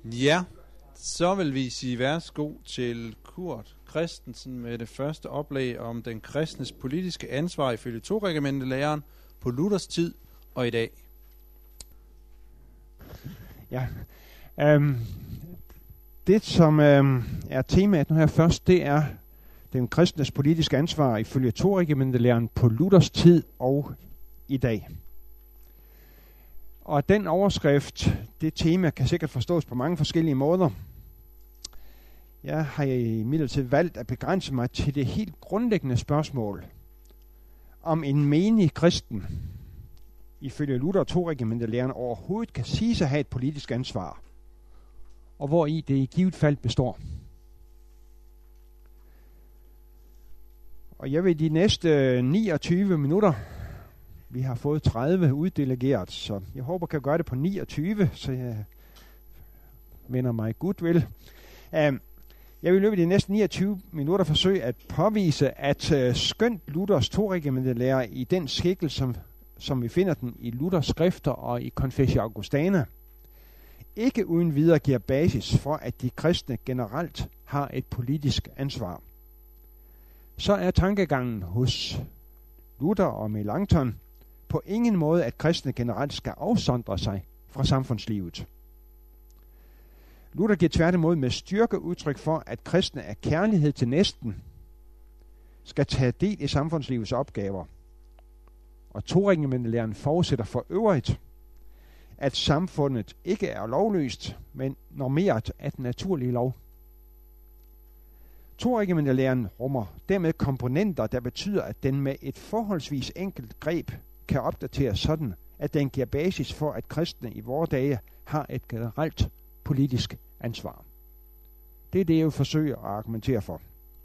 Ja, så vil vi sige værsgo til Kurt Christensen med det første oplæg om den kristnes politiske ansvar ifølge Føljetonregimentelæren på Luthers tid og i dag. Ja, det som er temaet nu her først, det er den kristnes politiske ansvar ifølge Føljetonregimentelæren på Luthers tid og i dag. Og den overskrift, det tema, kan sikkert forstås på mange forskellige måder. Jeg har imidlertid valgt at begrænse mig til det helt grundlæggende spørgsmål, om en menig kristen ifølge Luther og Føljetonregimentelæren overhovedet kan sige sig at have et politisk ansvar, og hvor i det i givet fald består. Og jeg vil de næste 29 minutter, vi har fået 30 uddelegeret, så jeg håber, jeg kan gøre det på 29, så jeg vender mig goodwill. Jeg vil i løbet af de næste 29 minutter forsøge at påvise, at skønt Luthers Føljetonregimentelære i den skikkelse, som vi finder den i Luthers skrifter og i Confessio Augustana, ikke uden videre giver basis for, at de kristne generelt har et politisk ansvar. Så er tankegangen hos Luther og Melanchthon på ingen måde, at kristne generelt skal afsondre sig fra samfundslivet. Luther giver tværtimod med styrke udtryk for, at kristne af kærlighed til næsten skal tage del i samfundslivets opgaver. Og Føljetonregimentelæren forudsætter for øvrigt, at samfundet ikke er lovløst, men normeret af den naturlige lov. Føljetonregimentelæren rummer dermed komponenter, der betyder, at den med et forholdsvis enkelt greb kan opdateres sådan, at den giver basis for, at kristne i vore dage har et generelt politisk ansvar. Det er det, jeg vil forsøge at argumentere for.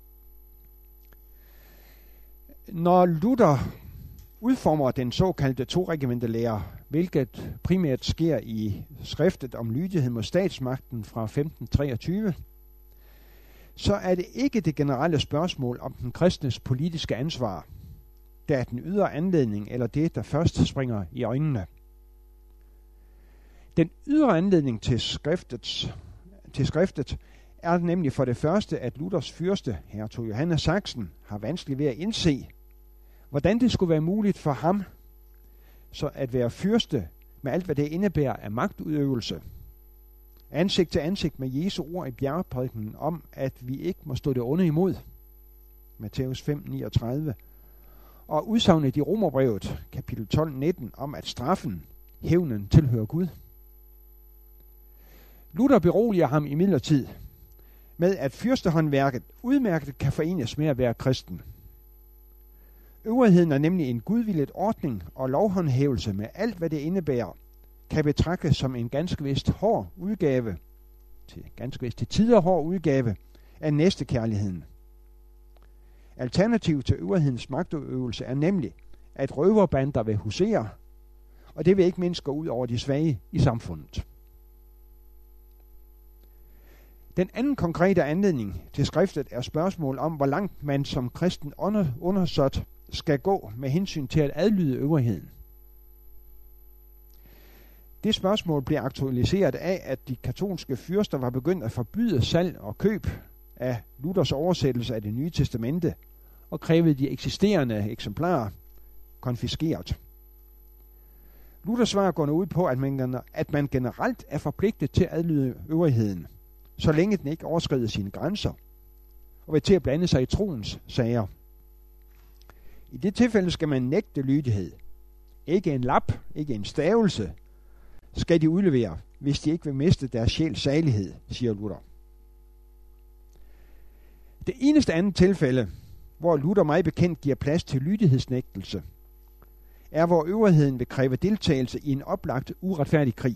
Når Luther udformer den såkaldte Føljetonregimentelære, hvilket primært sker i skriftet om lydighed mod statsmagten fra 1523, så er det ikke det generelle spørgsmål om den kristnes politiske ansvar, der er den ydre anledning eller det, der først springer i øjnene. Den ydre anledning til skriftet er nemlig for det første, at Luthers fyrste, hertug Johannes Sachsen, har vanskeligt ved at indse, hvordan det skulle være muligt for ham så at være fyrste med alt, hvad det indebærer af magtudøvelse. Ansigt til ansigt med Jesu ord i bjergprædikenen om, at vi ikke må stå det onde imod. Matthæus 5:39. Og udsagnet i Romerbrevet, kapitel 12:19, om at straffen, hævnen, tilhører Gud. Luther beroliger ham imidlertid med, at fyrstehåndværket udmærket kan forenes med at være kristen. Øvrigheden er nemlig en gudvillet ordning og lovhåndhævelse med alt, hvad det indebærer, kan betragtes som en ganske vist hård udgave, til tider hård udgave af næstekærligheden. Alternativ til øvrighedens magtudøvelse er nemlig, at røverbander vil husere, og det vil ikke mindst gå ud over de svage i samfundet. Den anden konkrete anledning til skriftet er spørgsmål om, hvor langt man som kristen undersåt skal gå med hensyn til at adlyde øvrigheden. Det spørgsmål blev aktualiseret af, at de katolske fyrster var begyndt at forbyde salg og køb af Luthers oversættelse af Det Nye Testamente og krævede de eksisterende eksemplarer konfiskeret. Luthers svar går nu ud på, at man generelt er forpligtet til at adlyde øvrigheden, så længe den ikke overskrider sine grænser, og vil til at blande sig i troens sager. I det tilfælde skal man nægte lydighed. Ikke en lap, ikke en stavelse, skal de udlevere, hvis de ikke vil miste deres sjæls salighed, siger Luther. Det eneste andet tilfælde, hvor Luther meget bekendt giver plads til lydighedsnægtelse, er hvor øvrigheden vil kræve deltagelse i en oplagt uretfærdig krig.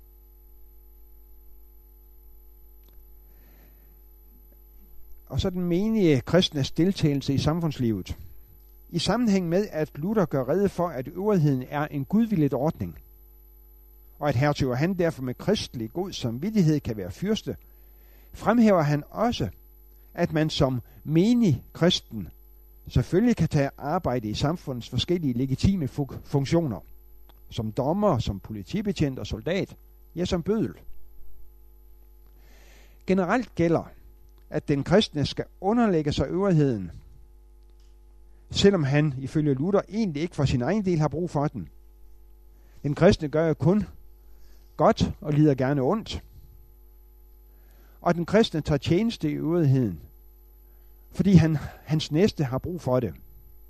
Og så den menige kristnes deltagelse i samfundslivet. I sammenhæng med, at Luther gør rede for, at øvrigheden er en gudvillet ordning, og at hertug Johan derfor med kristelig god samvittighed kan være fyrste, fremhæver han også, at man som menig kristen selvfølgelig kan tage arbejde i samfundets forskellige legitime funktioner, som dommer, som politibetjent og soldat, ja som bøddel. Generelt gælder, at den kristne skal underlægge sig øvrigheden, selvom han ifølge Luther egentlig ikke for sin egen del har brug for den. Den kristne gør jo kun godt og lider gerne ondt. Og den kristne tager tjeneste i øvrigheden, fordi hans næste har brug for det.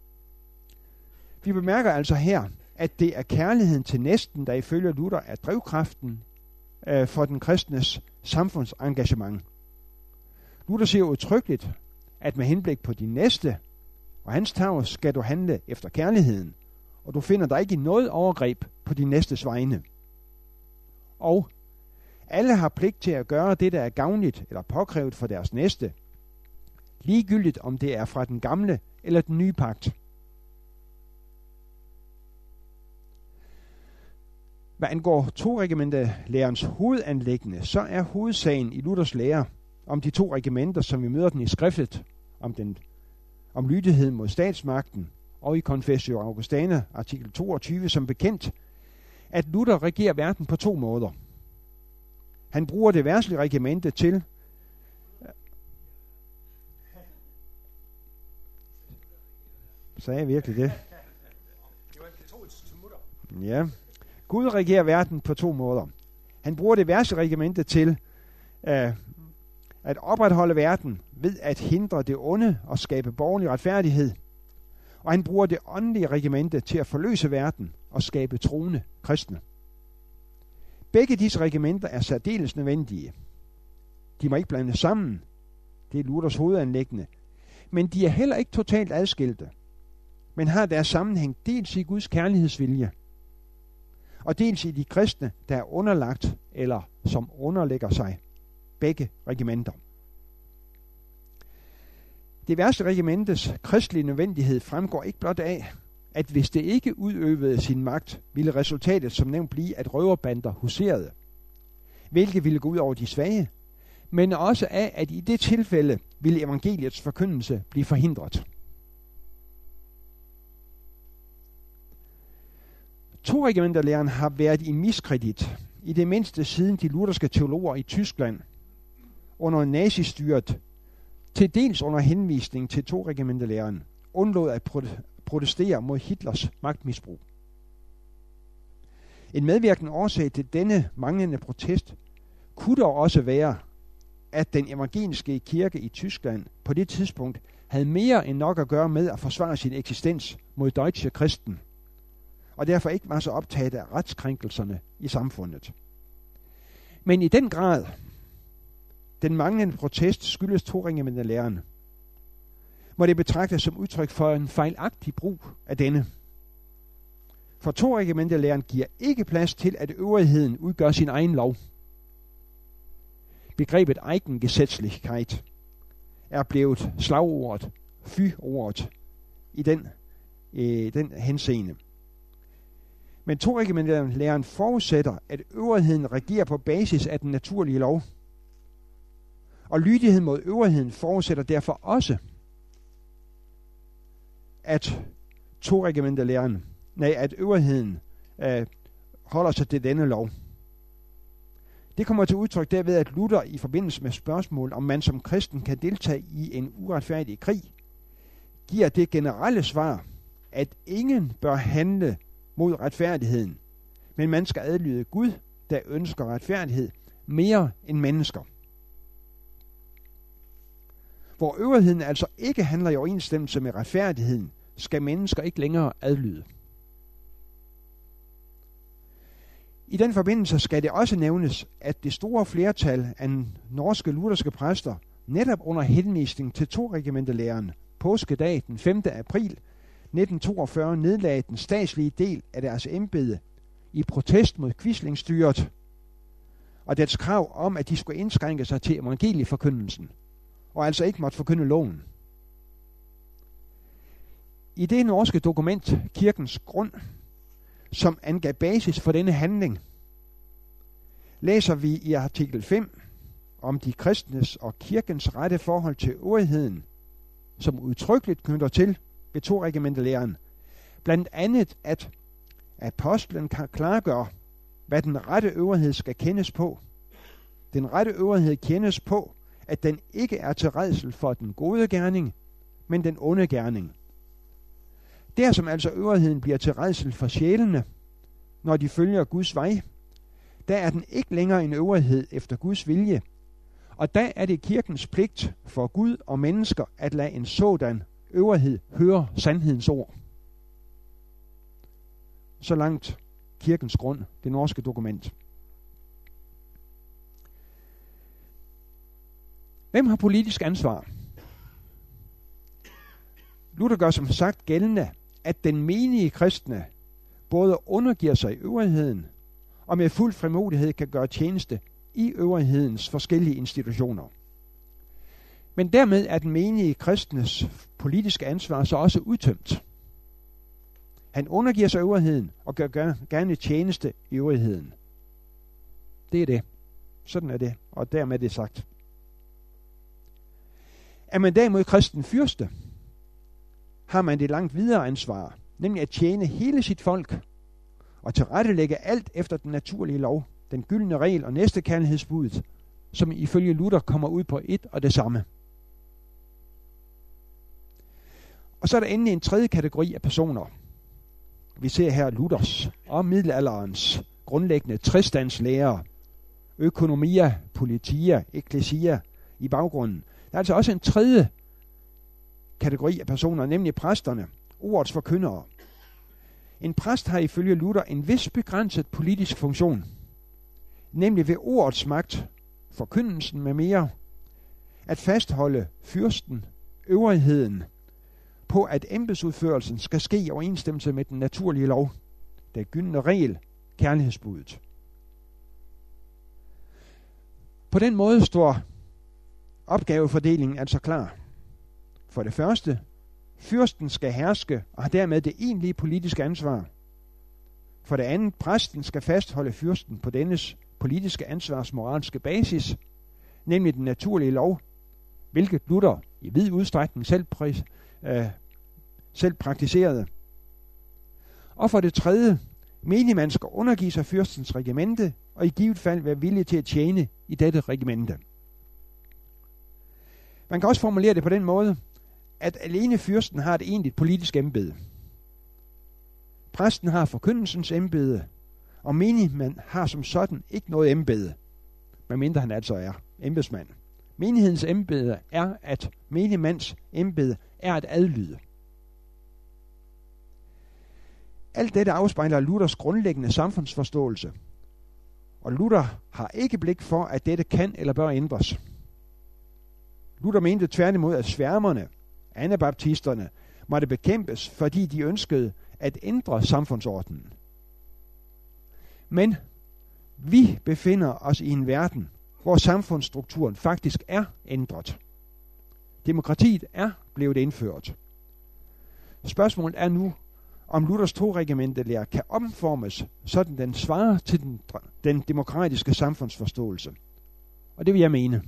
Vi bemærker altså her, at det er kærligheden til næsten, der ifølge Luther er drivkraften for den kristnes samfundsengagement. Luther siger udtrykkeligt, at med henblik på din næste og hans tarv skal du handle efter kærligheden, og du finder dig ikke i noget overgreb på din næstes vegne. Og alle har pligt til at gøre det, der er gavnligt eller påkrævet for deres næste, ligegyldigt om det er fra den gamle eller den nye pagt. Hvad angår toregimentelærens hovedanliggende, så er hovedsagen i Luthers lære om de 2 regimenter, som vi møder den i skriftet, om lydighed mod statsmagten, og i Confessio Augustana, artikel 22, som bekendt, at Luther regerer verden på 2 måder. Han bruger det verdslige regimente til sagde jeg virkelig det? Ja. Gud regerer verden på 2 måder. Han bruger det verdslige regimente til at opretholde verden ved at hindre det onde og skabe borgerlig retfærdighed. Og han bruger det åndelige regimente til at forløse verden og skabe troende kristne. Begge disse regimenter er særdeles nødvendige. De må ikke blandes sammen. Det er Luthers hovedanliggende. Men de er heller ikke totalt adskilte, men har deres sammenhæng dels i Guds kærlighedsvilje, og dels i de kristne, der er underlagt eller som underlægger sig begge regimenter. Det værste regimentes kristelige nødvendighed fremgår ikke blot af, at hvis det ikke udøvede sin magt, ville resultatet som nævnt blive, at røverbander huserede, hvilket ville gå ud over de svage, men også af, at i det tilfælde ville evangeliets forkyndelse blive forhindret. Toregimenterlæren har været i miskredit, i det mindste siden de lutherske teologer i Tyskland under nazistyret, til dels under henvisning til toregimenterlæren, undlod at protestere mod Hitlers magtmisbrug. En medvirkende årsag til denne manglende protest kunne dog også være, at den evangeliske kirke i Tyskland på det tidspunkt havde mere end nok at gøre med at forsvare sin eksistens mod deutsche Christen, og derfor ikke var så optaget af retskrænkelserne i samfundet. Men i den grad, den manglende protest skyldes toregimenterlæren, må det betragtes som udtryk for en fejlagtig brug af denne. For toregimenterlæren giver ikke plads til, at øvrigheden udgør sin egen lov. Begrebet Eigengesetzlichkeit er blevet slagordet, fy-ordet i den henseende. Men toregimenterlæren forudsætter, at øvrigheden regerer på basis af den naturlige lov. Og lydighed mod øvrigheden forudsætter derfor også, at at øvrigheden holder sig til denne lov. Det kommer til udtryk derved, at Luther i forbindelse med spørgsmål, om man som kristen kan deltage i en uretfærdig krig, giver det generelle svar, at ingen bør handle mod retfærdigheden, men man skal adlyde Gud, der ønsker retfærdighed mere end mennesker. Hvor øvrigheden altså ikke handler i overensstemmelse med retfærdigheden, skal mennesker ikke længere adlyde. I den forbindelse skal det også nævnes, at det store flertal af norske lutherske præster netop under henvisning til toregimenterlæren påskedag den 5. april 1942 nedlagde den statslige del af deres embede i protest mod Quisling-styret og dets krav om, at de skulle indskrænke sig til evangelieforkyndelsen og altså ikke måtte forkynde loven. I det norske dokument Kirkens Grund, som angav basis for denne handling, læser vi i artikel 5 om de kristnes og kirkens rette forhold til øvrigheden, som udtrykkeligt knytter til ved toregimenterlæren, blandt andet at apostlen kan klargøre, hvad den rette øvrighed skal kendes på. Den rette øvrighed kendes på, at den ikke er til rædsel for den gode gerning, men den onde gerning. Der som altså øvrigheden bliver til rædsel for sjælene, når de følger Guds vej, der er den ikke længere en øvrighed efter Guds vilje, og der er det kirkens pligt for Gud og mennesker at lade en sådan øvrighed høre sandhedens ord. Så langt kirkens grund, det norske dokument. Hvem har politisk ansvar? Luther gør som sagt gældende, at den menige kristne både undergiver sig øvrigheden og med fuld frimodighed kan gøre tjeneste i øvrighedens forskellige institutioner. Men dermed er den menige kristnes politiske ansvar så også udtømt. Han undergiver sig øvrigheden og gør gerne tjeneste i øvrigheden. Det er det. Sådan er det, og dermed det sagt. Er man derimod kristen fyrste, har man det langt videre ansvar, nemlig at tjene hele sit folk og tilrettelægge alt efter den naturlige lov, den gyldne regel og næstekærlighedsbuddet, som ifølge Luther kommer ud på et og det samme. Og så er der endelig en tredje kategori af personer. Vi ser her Luthers og middelalderens grundlæggende trestandslærer, økonomia, politia, ekklesia i baggrunden. Der er altså også en tredje kategori af personer, nemlig præsterne, ordets forkyndere. En præst har ifølge Luther en vis begrænset politisk funktion, nemlig ved ordets magt, forkyndelsen med mere, at fastholde fyrsten, øvrigheden, på at embedsudførelsen skal ske i overensstemmelse med den naturlige lov, den gyldne regel, kærlighedsbuddet. På den måde står opgavefordelingen altså klar. For det første, fyrsten skal herske og har dermed det egentlige politiske ansvar. For det andet, præsten skal fastholde fyrsten på dennes politiske ansvars moralske basis, nemlig den naturlige lov, hvilket Luther i vid udstrækning selv praktiserede. Og for det tredje, menigmand skal undergive sig fyrstens regimente og i givet fald være villig til at tjene i dette regimente. Man kan også formulere det på den måde, at alene fyrsten har et egentligt politisk embede. Præsten har forkyndelsens embede, og menigmand har som sådan ikke noget embede, medmindre han altså er embedsmand. Menighedens embede er, at menigmands embede er at adlyde. Alt dette afspejler Luthers grundlæggende samfundsforståelse, og Luther har ikke blik for, at dette kan eller bør ændres. Luther mente tværtimod, at sværmerne, anabaptisterne, måtte bekæmpes, fordi de ønskede at ændre samfundsordenen. Men vi befinder os i en verden, hvor samfundsstrukturen faktisk er ændret. Demokratiet er blevet indført. Spørgsmålet er nu, om Luthers to-regimentelære kan omformes, sådan den svarer til den demokratiske samfundsforståelse. Og det vil jeg mene.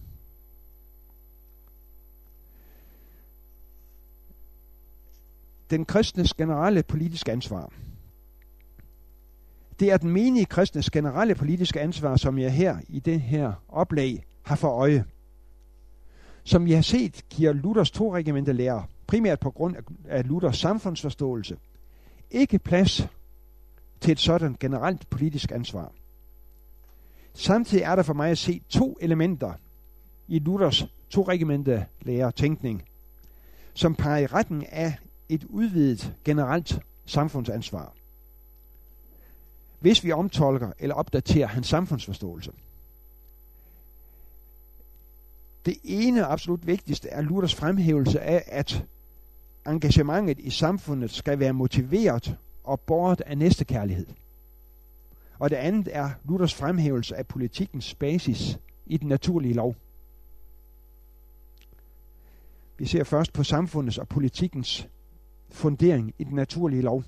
Den kristnes generelle politiske ansvar. Det er den menige kristnes generelle politiske ansvar, som jeg her i det her oplag har for øje. Som vi har set, giver Luthers to-regimentelære, primært på grund af Luthers samfundsforståelse, ikke plads til et sådan generelt politisk ansvar. Samtidig er der for mig at se to elementer i Luthers to-regimentelære tænkning, som peger i retning af et udvidet generelt samfundsansvar, hvis vi omtolker eller opdaterer hans samfundsforståelse. Det ene og absolut vigtigste er Luthers fremhævelse af, at engagementet i samfundet skal være motiveret og båret af næstekærlighed. Og det andet er Luthers fremhævelse af politikkens basis i den naturlige lov. Vi ser først på samfundets og politikkens fundering i den naturlige lov.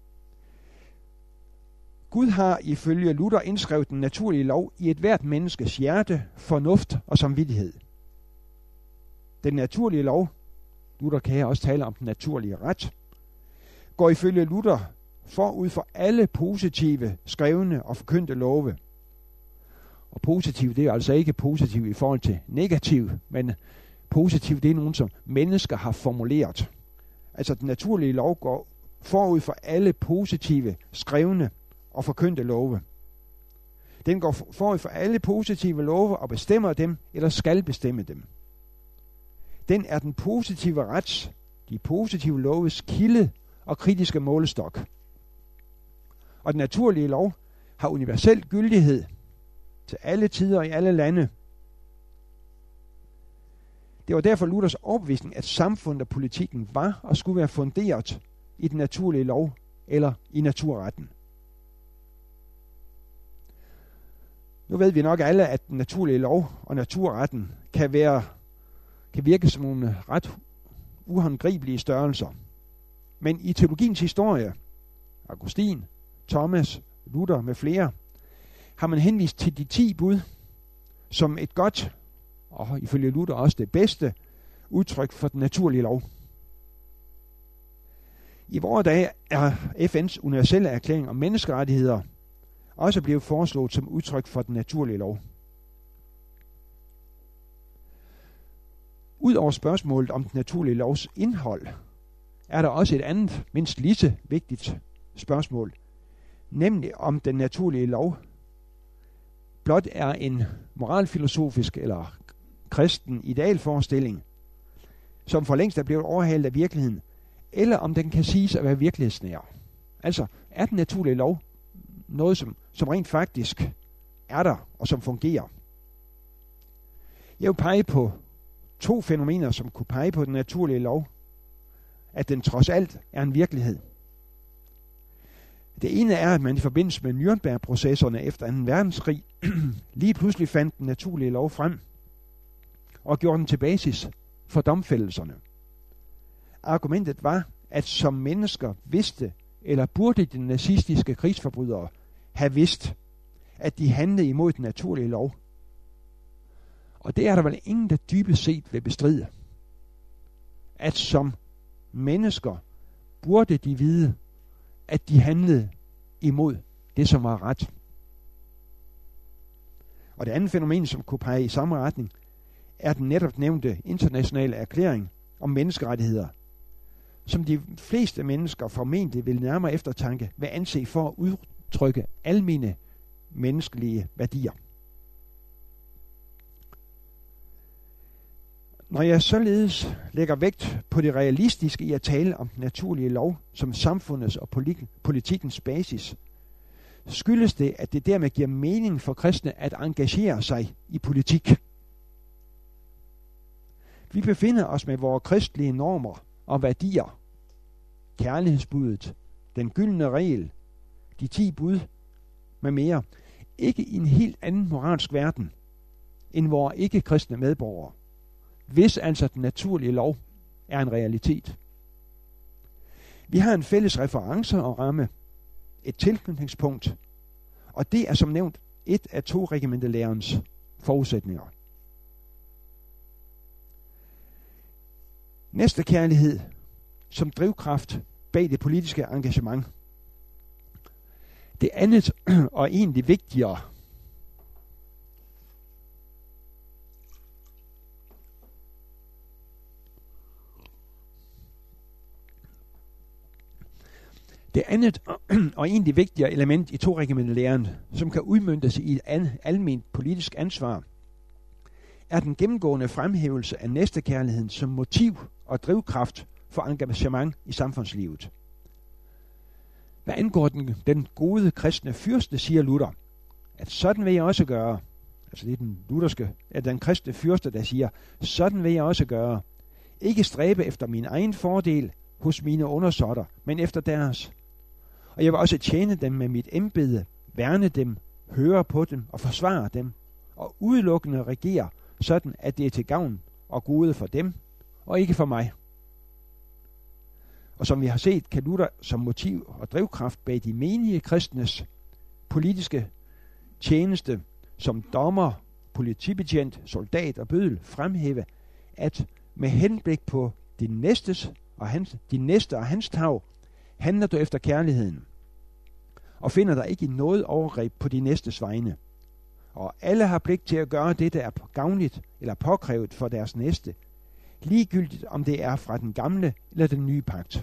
Gud har ifølge Luther indskrevet den naturlige lov i et hvert menneskes hjerte, fornuft og samvittighed. Den naturlige lov, Luther kan her også tale om den naturlige ret, går ifølge Luther forud for alle positive, skrevne og forkyndte love. Og positiv, det er altså ikke positiv i forhold til negativ, men positiv, det er nogen, som mennesker har formuleret. Altså den naturlige lov går forud for alle positive, skrevne og forkyndte love. Den går forud for alle positive love og bestemmer dem, eller skal bestemme dem. Den er den positive rets, de positive loves kilde og kritiske målestok. Og den naturlige lov har universel gyldighed til alle tider i alle lande. Det var derfor Luthers overbevisning, at samfundet og politikken var og skulle være funderet i den naturlige lov eller i naturretten. Nu ved vi nok alle, at den naturlige lov og naturretten kan virke som nogle ret uhåndgribelige størrelser. Men i teologiens historie, Augustin, Thomas, Luther med flere, har man henvist til de 10 bud som et godt, og ifølge Luther også det bedste, udtryk for den naturlige lov. I vore dage er FN's universelle erklæring om menneskerettigheder også blevet foreslået som udtryk for den naturlige lov. Udover spørgsmålet om den naturlige lovs indhold, er der også et andet, mindst lige så vigtigt spørgsmål, nemlig om den naturlige lov blot er en moralfilosofisk eller kristen idealforestilling, som for længst er blevet overhalet af virkeligheden, eller om den kan siges at være virkelighedsnær. Altså, er den naturlige lov noget, som rent faktisk er der, og som fungerer? Jeg vil pege på 2 fænomener, som kunne pege på den naturlige lov, at den trods alt er en virkelighed. Det ene er, at man i forbindelse med Nürnberg-processerne efter 2. verdenskrig lige pludselig fandt den naturlige lov frem og gjorde den til basis for domfældelserne. Argumentet var, at som mennesker vidste, eller burde de nazistiske krigsforbrydere have vidst, at de handlede imod den naturlige lov. Og det er der vel ingen, der dybest set vil bestride. At som mennesker burde de vide, at de handlede imod det, som var ret. Og det andet fænomen, som kunne pege i samme retning, er den netop nævnte internationale erklæring om menneskerettigheder, som de fleste mennesker formentlig vil nærmere eftertanke vil anse for at udtrykke almene menneskelige værdier. Når jeg således lægger vægt på det realistiske i at tale om den naturlige lov som samfundets og politikkens basis, skyldes det, at det dermed giver mening for kristne at engagere sig i politik. Vi befinder os med vores kristelige normer og værdier, kærlighedsbuddet, den gyldne regel, de 10 bud med mere, ikke i en helt anden moralsk verden end vores ikke-kristne medborgere, hvis altså den naturlige lov er en realitet. Vi har en fælles reference og ramme, et tilknytningspunkt, og det er som nævnt et af toregimentelærens forudsætninger. Næste kærlighed som drivkraft bag det politiske engagement. Det andet og egentlig vigtigere element i toregimentelæren, som kan udmøntes i et alment politisk ansvar, er den gennemgående fremhævelse af næstekærligheden som motiv og drivkraft for engagement i samfundslivet. Hvad angår den gode kristne fyrste, siger Luther, at sådan vil jeg også gøre. Altså det er den kristne fyrste, der siger, sådan vil jeg også gøre. Ikke stræbe efter min egen fordel hos mine undersåtter, men efter deres. Og jeg vil også tjene dem med mit embede, værne dem, høre på dem og forsvare dem, og udelukkende regere, sådan at det er til gavn og gode for dem, og ikke for mig. Og som vi har set, kan Luther som motiv og drivkraft bag de menige kristnes politiske tjeneste som dommer, politibetjent, soldat og bøddel fremhæve, at med henblik på de næste og hans tag, handler du efter kærligheden, og finder der ikke noget overgreb på de næstes vegne. og alle har pligt til at gøre det, der er gavnligt eller påkrævet for deres næste, ligegyldigt om det er fra den gamle eller den nye pagt.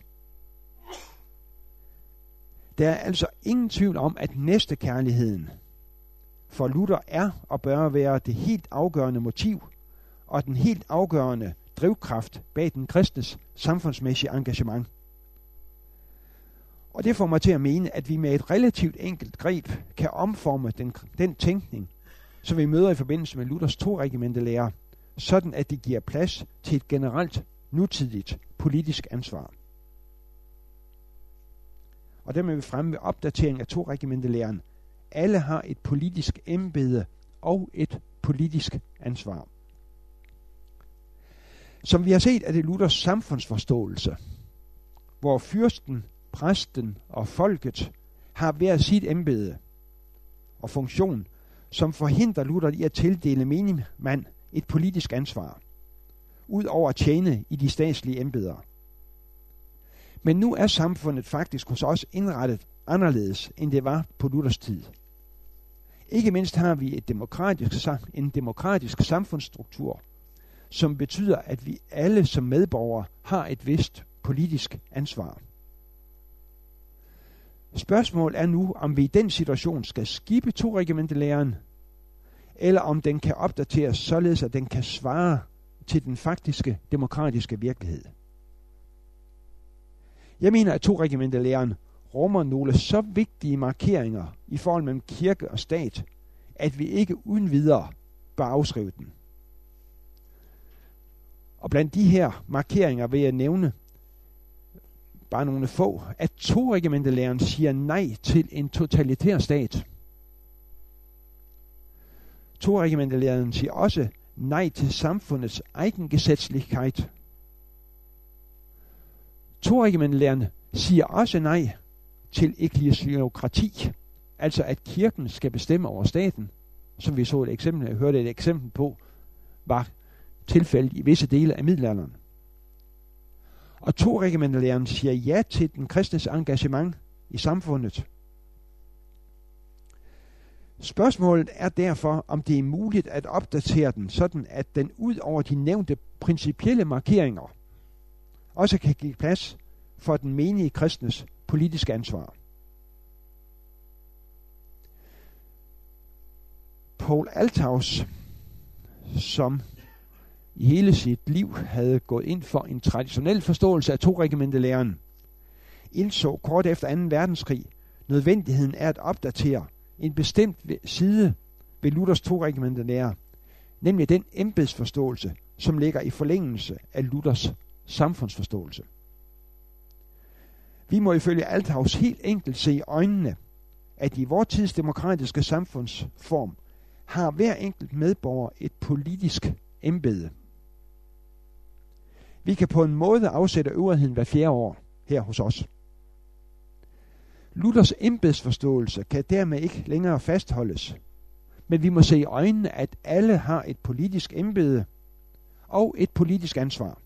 Der er altså ingen tvivl om, at næstekærligheden for Luther er og bør være det helt afgørende motiv og den helt afgørende drivkraft bag den kristnes samfundsmæssige engagement. Og det får mig til at mene, at vi med et relativt enkelt greb kan omforme den tænkning, som vi møder i forbindelse med Luthers to-regimentelære, sådan at det giver plads til et generelt nutidigt politisk ansvar. Og dermed er vi fremme ved opdatering af to-regimentelæren. Alle har et politisk embede og et politisk ansvar. Som vi har set, er det Luthers samfundsforståelse, hvor fyrsten, præsten og folket har hver sit embede og funktion, som forhindrer Luther i at tildele menigmand et politisk ansvar, ud over at tjene i de statslige embeder. Men nu er samfundet faktisk hos os indrettet anderledes, end det var på Luthers tid. Ikke mindst har vi en demokratisk samfundsstruktur, som betyder, at vi alle som medborgere har et vist politisk ansvar. Spørgsmålet er nu, om vi i den situation skal skippe to-regimentelæren, eller om den kan opdateres således, at den kan svare til den faktiske demokratiske virkelighed. Jeg mener, at to-regimentelæren rummer nogle så vigtige markeringer i forhold mellem kirke og stat, at vi ikke uden videre bør afskrive den. Og blandt de her markeringer vil jeg nævne bare nogle få, at to-regimentelæren siger nej til en totalitær stat. To-regimentelæren siger også nej til samfundets Eigengesetzlichkeit. To-regimentelæren siger også nej til ekklesiokrati, altså at kirken skal bestemme over staten, som vi så hørte et eksempel på, var tilfældet i visse dele af middelalderen. Og to-regimentelæren siger ja til den kristnes engagement i samfundet. Spørgsmålet er derfor, om det er muligt at opdatere den, sådan at den ud over de nævnte principielle markeringer også kan give plads for den menige kristnes politiske ansvar. Paul Althaus, som i hele sit liv havde gået ind for en traditionel forståelse af to-regimentelæren, indså kort efter 2. verdenskrig nødvendigheden af at opdatere en bestemt side ved Luthers to-regimentelære, nemlig den embedsforståelse, som ligger i forlængelse af Luthers samfundsforståelse. Vi må ifølge Althaus helt enkelt se i øjnene, at i vor tids demokratiske samfundsform har hver enkelt medborger et politisk embede. Vi kan på en måde afsætte øvrigheden hver 4. år her hos os. Luthers embedsforståelse kan dermed ikke længere fastholdes, men vi må se i øjnene, at alle har et politisk embede og et politisk ansvar.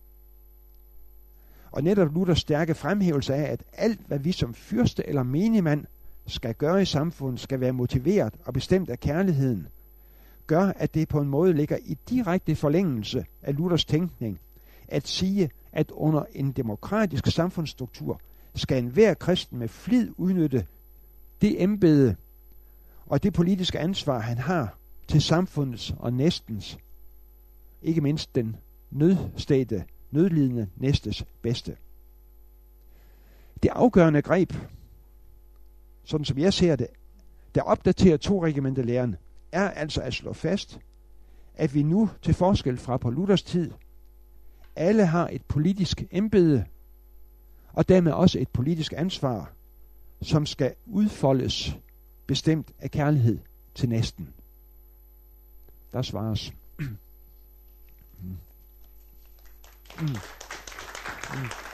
Og netop Luthers stærke fremhævelse af, at alt, hvad vi som fyrste eller menigmand skal gøre i samfundet, skal være motiveret og bestemt af kærligheden, gør, at det på en måde ligger i direkte forlængelse af Luthers tænkning, at sige, at under en demokratisk samfundsstruktur skal enhver kristen med flid udnytte det embede og det politiske ansvar, han har til samfundets og næstens, ikke mindst den nødlidende næstes bedste. Det afgørende greb, sådan som jeg ser det, der opdaterer to-regimentelæren, er altså at slå fast, at vi nu til forskel fra på Luthers tid, alle har et politisk embede, og dermed også et politisk ansvar, som skal udfoldes bestemt af kærlighed til næsten. Der svares. Mm.